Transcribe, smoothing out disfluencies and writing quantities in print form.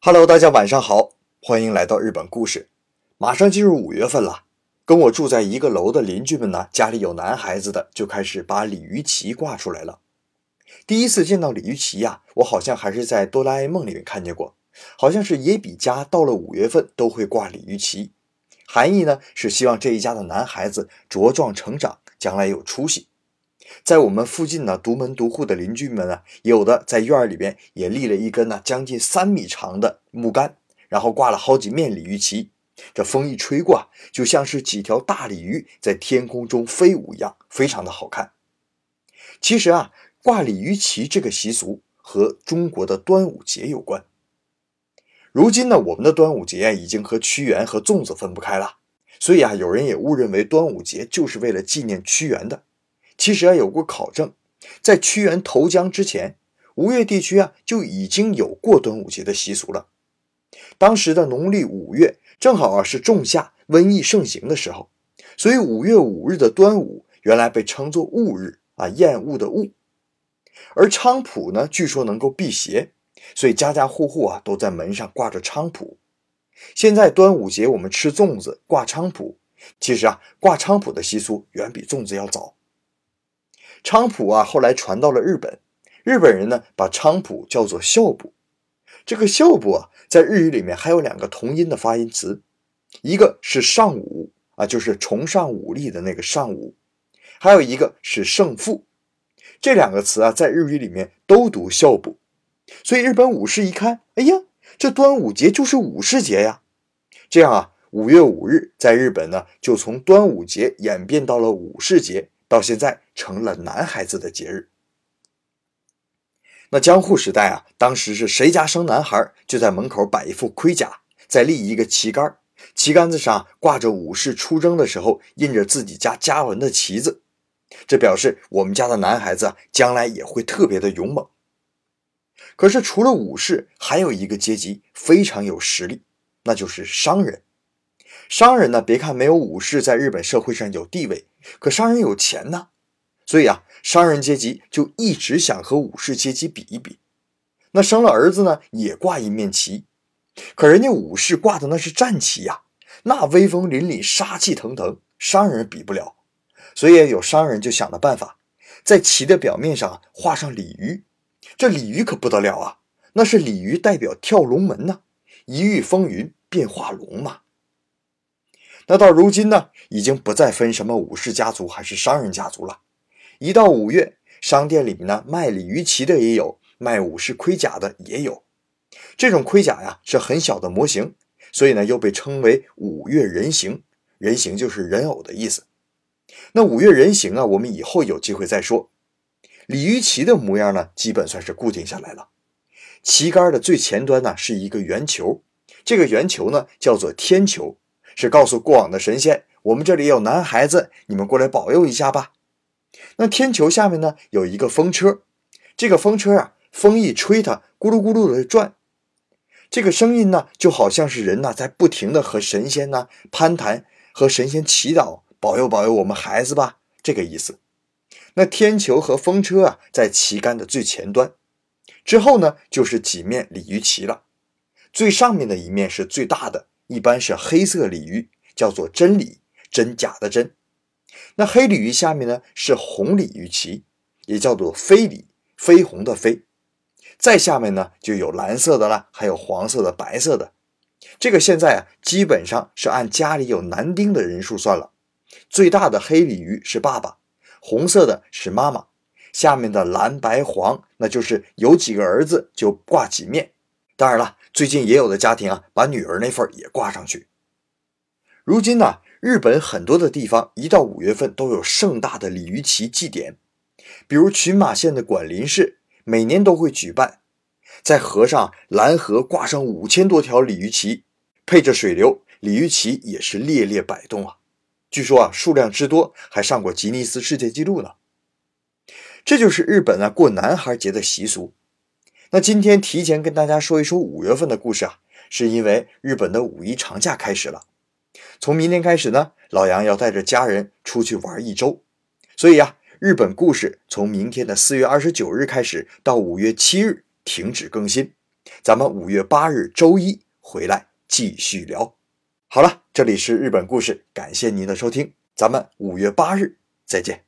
Hello， 大家晚上好，欢迎来到日本故事。马上进入5月份了，跟我住在一个楼的邻居们呢，家里有男孩子的就开始把鲤鱼旗挂出来了。第一次见到鲤鱼旗呀，我好像还是在哆啦 A 梦里面看见过，好像是野比家到了5月份都会挂鲤鱼旗，含义呢是希望这一家的男孩子茁壮成长，将来有出息。在我们附近呢，独门独户的邻居们呢，有的在院里边也立了一根呢将近3米长的木杆，然后挂了好几面鲤鱼旗。这风一吹过，就像是几条大鲤鱼在天空中飞舞一样，非常的好看。其实啊，挂鲤鱼旗这个习俗和中国的端午节有关。如今呢，我们的端午节已经和屈原和粽子分不开了，所以啊，有人也误认为端午节就是为了纪念屈原的。其实有过考证，在屈原投江之前，吴越地区就已经有过端午节的习俗了。当时的农历5月正好是仲夏瘟疫盛行的时候，所以5月5日的端午原来被称作戊日厌恶的恶。而菖蒲呢，据说能够辟邪，所以家家户户都在门上挂着菖蒲。现在端午节我们吃粽子挂菖蒲，其实挂菖蒲的习俗远比粽子要早。菖蒲后来传到了日本，日本人呢把菖蒲叫做孝卜。这个孝卜在日语里面还有2个同音的发音词，一个是上武就是崇尚武力的那个上武，还有一个是胜负。这2个词在日语里面都读孝卜，所以日本武士一看，哎呀，这端午节就是武士节呀。这样5月5日在日本呢就从端午节演变到了武士节，到现在成了男孩子的节日。那江户时代当时是谁家生男孩，就在门口摆一副盔甲，再立一个旗杆，旗杆子上挂着武士出征的时候印着自己家家纹的旗子，这表示我们家的男孩子将来也会特别的勇猛。可是除了武士，还有一个阶级非常有实力，那就是商人。商人呢，别看没有武士在日本社会上有地位，可商人有钱呢，所以商人阶级就一直想和武士阶级比一比。那生了儿子呢，也挂一面旗，可人家武士挂的那是战旗那威风凛凛，杀气腾腾，商人比不了。所以有商人就想了办法，在旗的表面上画上鲤鱼。这鲤鱼可不得了那是鲤鱼代表跳龙门呢，一遇风云变化龙嘛。那到如今呢，已经不再分什么武士家族还是商人家族了。一到5月，商店里面呢卖鲤鱼旗的也有，卖武士盔甲的也有。这种盔甲是很小的模型，所以呢又被称为5月人形，人形就是人偶的意思。那5月人形我们以后有机会再说。鲤鱼旗的模样呢，基本算是固定下来了。旗杆的最前端呢是一个圆球，这个圆球呢叫做天球，是告诉过往的神仙，我们这里有男孩子，你们过来保佑一下吧。那天球下面呢有一个风车，这个风车风一吹它，咕噜咕噜的转，这个声音呢就好像是人在不停的和神仙攀谈，和神仙祈祷，保佑保佑我们孩子吧，这个意思。那天球和风车在旗杆的最前端，之后呢就是几面鲤鱼旗了。最上面的一面是最大的，一般是黑色鲤鱼，叫做真鲤，真假的真。那黑鲤鱼下面呢是红鲤鱼旗，也叫做飞鲤，绯红的飞。再下面呢就有蓝色的了，还有黄色的、白色的。这个现在基本上是按家里有男丁的人数算了。最大的黑鲤鱼是爸爸，红色的是妈妈，下面的蓝白黄那就是有几个儿子就挂几面。当然了，最近也有的家庭把女儿那份也挂上去。如今呢，日本很多的地方一到5月份都有盛大的鲤鱼旗祭典，比如群马县的管林市每年都会举办，在河上蓝河挂上5000多条鲤鱼旗，配着水流，鲤鱼旗也是猎猎摆动据说数量之多还上过吉尼斯世界纪录呢。这就是日本过男孩节的习俗。那今天提前跟大家说一说5月份的故事是因为日本的5一长假开始了。从明天开始呢，老杨要带着家人出去玩1周，所以日本故事从明天的4月29日开始到5月7日停止更新。 咱们5月8日周一回来继续聊。好了，这里是日本故事，感谢您的收听，咱们5月8日再见。